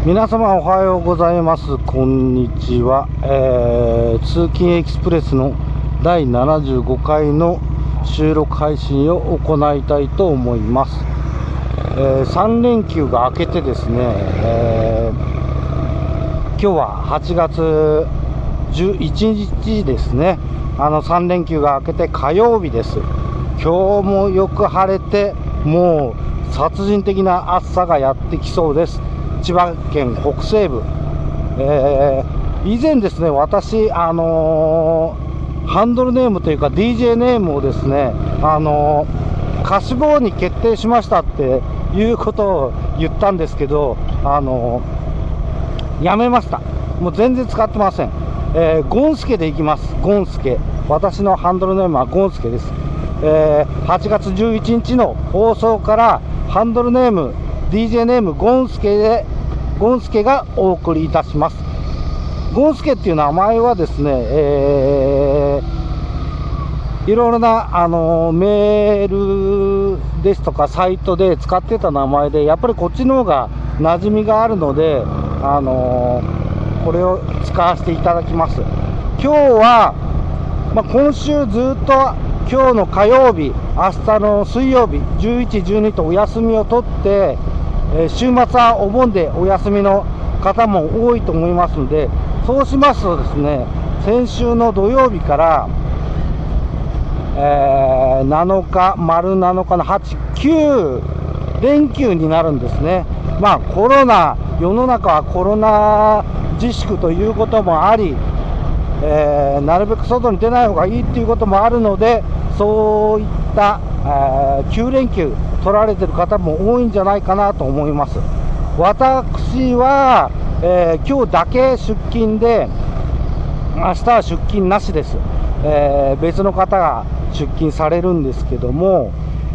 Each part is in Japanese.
皆様おはようございます。こんにちは。通勤エクスプレスの第75回の収録配信を行いたいと思います。3連休が明けてですね、今日は8月11日ですね。3連休が明けて火曜日です。今日もよく晴れて、もう殺人的な暑さがやってきそうです。千葉県北西部、以前ですね、私、ハンドルネームというか DJ ネームをですね、貸し棒に決定しましたっていうことを言ったんですけど、やめました。もう全然使ってません。ゴンスケでいきます。ゴンスケ。私のハンドルネームはゴンスケです。8月11日の放送からハンドルネーム DJ ネームゴンスケがお送りいたします。ゴンスケっていう名前はですね、いろいろなメールですとかサイトで使ってた名前で、やっぱりこっちの方が馴染みがあるので、これを使わせていただきます。今日は、今週ずっと今日の火曜日、明日の水曜日、11、12とお休みを取って、週末はお盆でお休みの方も多いと思いますので、そうしますとですね、先週の土曜日から、7日、丸7日の8、9連休になるんですね。コロナ、世の中はコロナ自粛ということもあり、なるべく外に出ない方がいいっていうこともあるので、そういった、9連休取られてる方も多いんじゃないかなと思います。私は、今日だけ出勤で、明日は出勤なしです。別の方が出勤されるんですけども、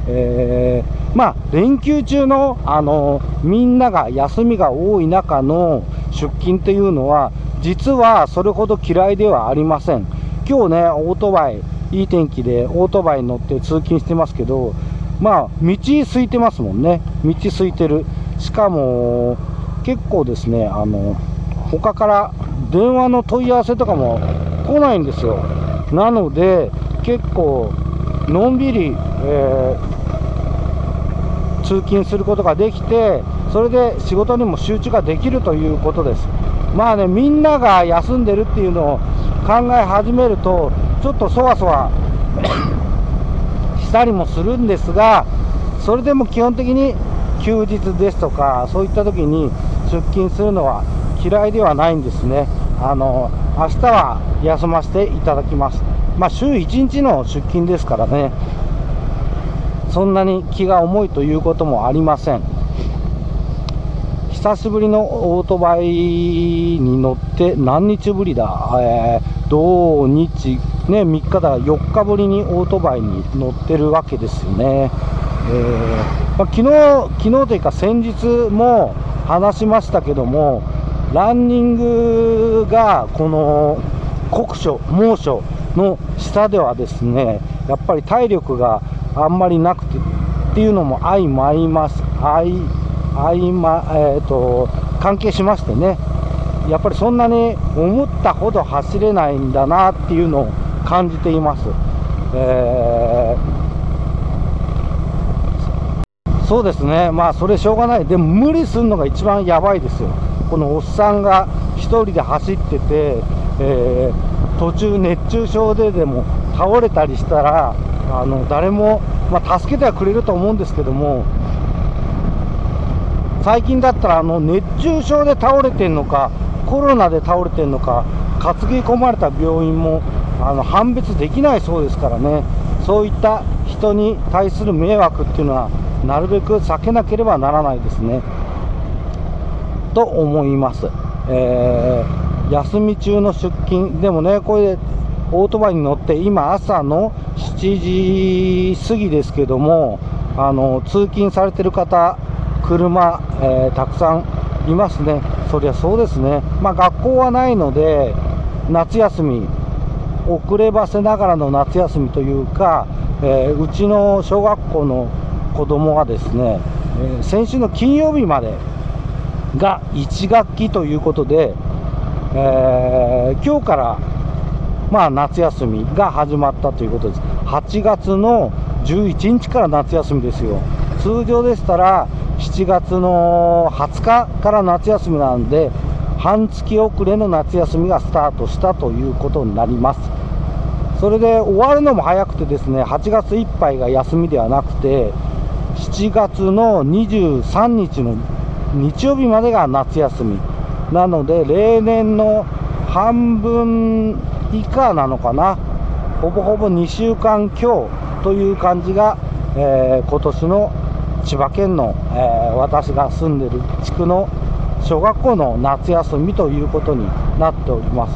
連休中の、みんなが休みが多い中の出勤というのは、実はそれほど嫌いではありません。今日ね、オートバイ、いい天気でオートバイに乗って通勤してますけど、道空いてますもんね。道空いてる。しかも結構ですね、他から電話の問い合わせとかも来ないんですよ。なので結構のんびり、通勤することができて、それで仕事にも集中ができるということです。みんなが休んでるっていうのを考え始めると、ちょっとそわそわしたりもするんですが、それでも基本的に休日ですとかそういった時に出勤するのは嫌いではないんですね。明日は休ませていただきます。週1日の出勤ですからね、そんなに気が重いということもありません。久しぶりのオートバイに乗って何日ぶりだ、土日ね、3日だ、4日ぶりにオートバイに乗ってるわけですよね。昨日というか先日も話しましたけども、ランニングがこの酷暑猛暑の下ではですね、やっぱり体力があんまりなくてっていうのも相まいます関係しましてね、やっぱりそんなに思ったほど走れないんだなっていうのを感じています。そうですね、それしょうがない。でも無理するのが一番やばいですよ。このおっさんが一人で走ってて、途中熱中症ででも倒れたりしたら、誰も、助けてはくれると思うんですけども、最近だったら熱中症で倒れてるのかコロナで倒れてるのか、担ぎ込まれた病院も判別できないそうですからね。そういった人に対する迷惑っていうのはなるべく避けなければならないですねと思います。休み中の出勤でもね、これでオートバイに乗って今朝の7時過ぎですけども、通勤されてる方、車、たくさんいますね。そりゃそうですね。学校はないので夏休み、遅ればせながらの夏休みというか、うちの小学校の子供はですね、先週の金曜日までが1学期ということで、今日から夏休みが始まったということです。8月の11日から夏休みですよ。通常でしたら7月の20日から夏休みなので、半月遅れの夏休みがスタートしたということになります。それで終わるのも早くてですね、8月いっぱいが休みではなくて、7月の23日の日曜日までが夏休みなので、例年の半分以下なのかな、ほぼほぼ2週間強という感じが、今年の千葉県の、私が住んでいる地区の小学校の夏休みということになっております。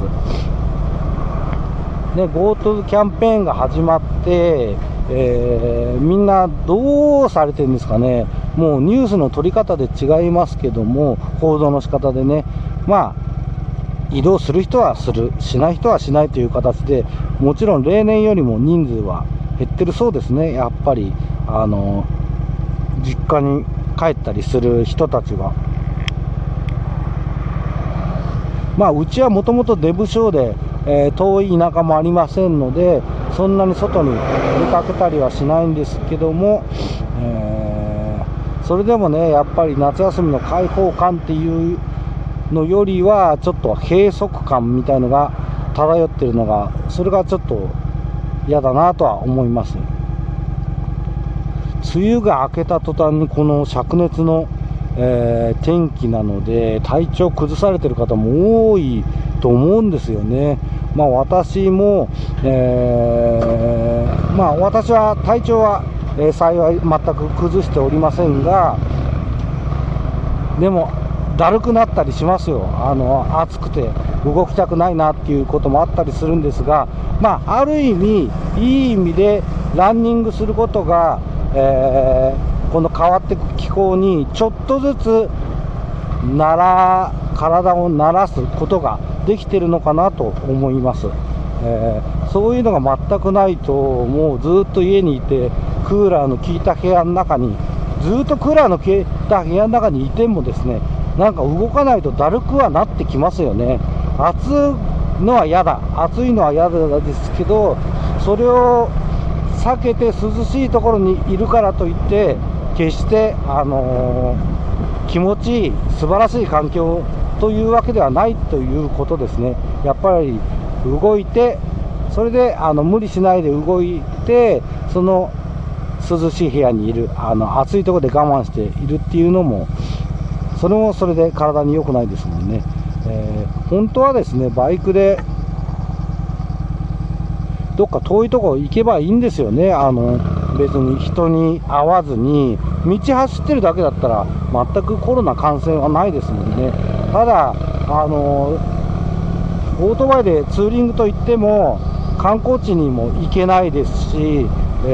で、 GoTo キャンペーンが始まって、みんなどうされてるんですかね。もうニュースの取り方で違いますけども、報道の仕方でね、移動する人はする、しない人はしないという形で、もちろん例年よりも人数は減ってるそうですね。やっぱり実家に帰ったりする人たちが、うちはもともと出不精で、遠い田舎もありませんので、そんなに外に出かけたりはしないんですけども、それでもね、やっぱり夏休みの開放感っていうのよりはちょっと閉塞感みたいのが漂ってるのが、それがちょっと嫌だなとは思います。梅雨が明けた途端にこの灼熱の、天気なので、体調崩されてる方も多いと思うんですよね。私も、私は体調は、幸い全く崩しておりませんが、でもだるくなったりしますよ。暑くて動きたくないなっていうこともあったりするんですが、ある意味いい意味でランニングすることが、この変わっていく気候にちょっとずつ体を慣らすことができてるのかなと思います。そういうのが全くないと、もうずっと家にいてクーラーの効いた部屋の中に、ずっとクーラーの効いた部屋の中にいてもですね、なんか動かないとだるくはなってきますよね。暑いのは嫌ですけど、それを避けて涼しいところにいるからといって決して、気持ちいい素晴らしい環境というわけではないということですね。やっぱり動いて、それで無理しないで動いて、その涼しい部屋にいる、暑いところで我慢しているっていうのも、それもそれで体に良くないですもんね。本当はですね、バイクでどっか遠いところ行けばいいんですよね。別に人に会わずに道走ってるだけだったら全くコロナ感染はないですもんね。ただオートバイでツーリングといっても観光地にも行けないですし、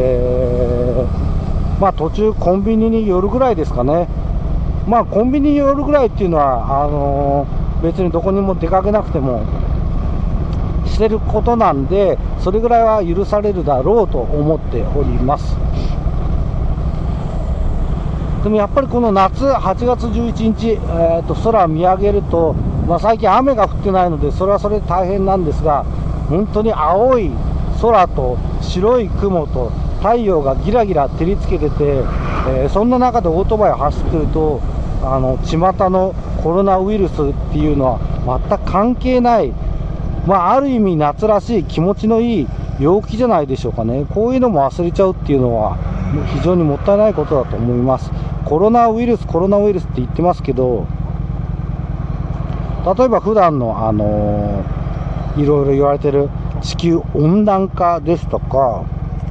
途中コンビニに寄るぐらいですかね。コンビニに寄るぐらいっていうのは別にどこにも出かけなくてもしてることなんで、それぐらいは許されるだろうと思っております。でもやっぱりこの夏8月11日、空を見上げると、最近雨が降ってないのでそれはそれで大変なんですが、本当に青い空と白い雲と太陽がギラギラ照りつけてて、そんな中でオートバイを走ってると、巷のコロナウイルスっていうのは全く関係ない、ある意味夏らしい気持ちのいい陽気じゃないでしょうかね。こういうのも忘れちゃうっていうのは非常にもったいないことだと思います。コロナウイルスって言ってますけど、例えば普段のいろいろ言われてる地球温暖化ですとか、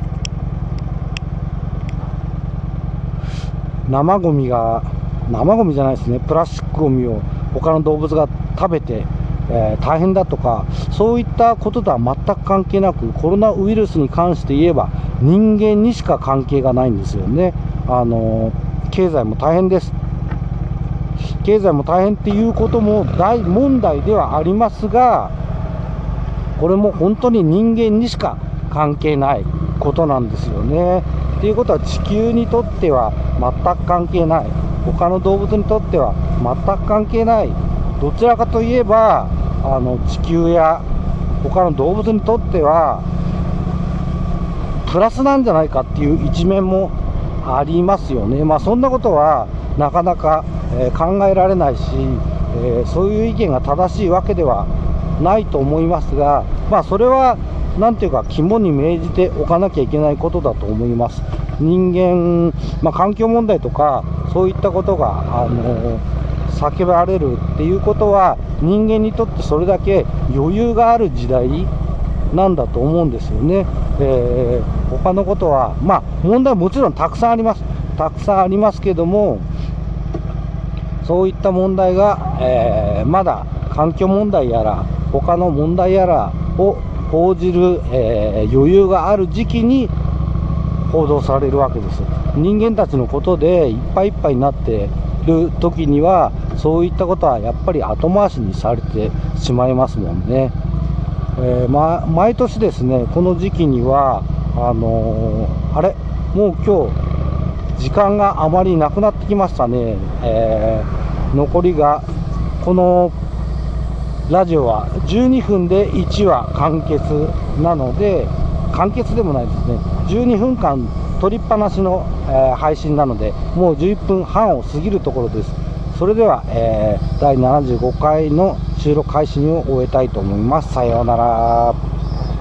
生ゴミじゃないですね、プラスチックゴミを他の動物が食べて、大変だとか、そういったこととは全く関係なく、コロナウイルスに関して言えば人間にしか関係がないんですよね。経済も大変です。経済も大変っていうことも大問題ではありますが、これも本当に人間にしか関係ないことなんですよね。っていうことは地球にとっては全く関係ない他の動物にとっては全く関係ない、どちらかといえば地球や他の動物にとってはプラスなんじゃないかっていう一面もありますよね。そんなことはなかなか、考えられないし、そういう意見が正しいわけではないと思いますが、それはなんていうか肝に銘じておかなきゃいけないことだと思います。人間、環境問題とかそういったことが、叫ばれるっていうことは人間にとってそれだけ余裕がある時代なんだと思うんですよね。他のことは問題はもちろんたくさんありますけども、そういった問題が、まだ環境問題やら他の問題やらを報じる、余裕がある時期に報道されるわけです。人間たちのことでいっぱいいっぱいになっている時にはそういったことはやっぱり後回しにされてしまいますもんね。毎年ですね、この時期にはもう今日時間があまりなくなってきましたね。残りがこのラジオは12分で1話完結なので、完結でもないですね、12分間撮りっぱなしの、配信なので、もう11分半を過ぎるところです。それでは、第75回の収録配信を終えたいと思います。さようなら。